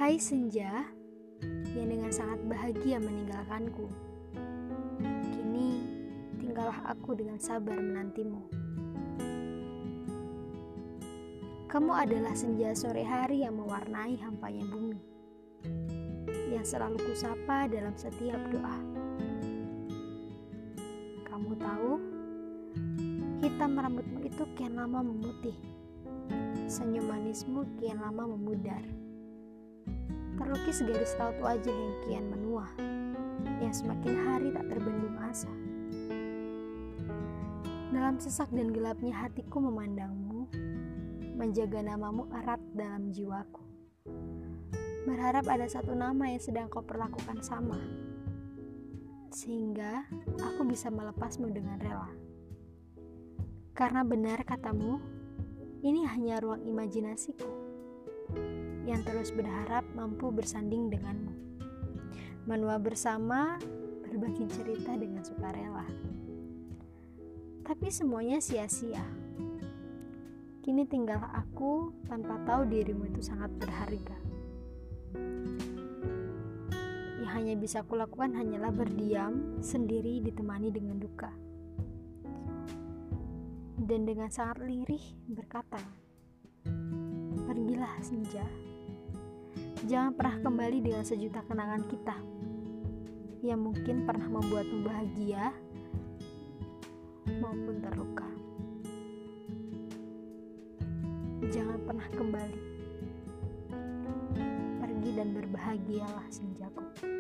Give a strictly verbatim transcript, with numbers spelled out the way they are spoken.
Hai senja yang dengan sangat bahagia meninggalkanku. Kini tinggallah aku dengan sabar menantimu. Kamu adalah senja sore hari yang mewarnai hampanya bumi, yang selalu kusapa dalam setiap doa. Kamu tahu, hitam rambutmu itu kian lama memutih, senyum manismu kian lama memudar. Terlukis garis raut wajah yang kian menua, yang semakin hari tak terbendung asa. Dalam sesak dan gelapnya hatiku memandangmu, menjaga namamu erat dalam jiwaku. Berharap ada satu nama yang sedang kau perlakukan sama, sehingga aku bisa melepasmu dengan rela. Karena benar katamu, ini hanya ruang imajinasiku yang terus berharap mampu bersanding denganmu, menua bersama, berbagi cerita dengan sukarela. Tapi semuanya sia-sia. Kini tinggallah aku tanpa tahu dirimu itu sangat berharga. Yang hanya bisa kulakukan hanyalah berdiam sendiri ditemani dengan duka. Dan dengan sangat lirih berkata, pergilah senja. Jangan pernah kembali dengan sejuta kenangan kita yang mungkin pernah membuatmu bahagia maupun terluka. Jangan pernah kembali. Pergi dan berbahagialah senjaku.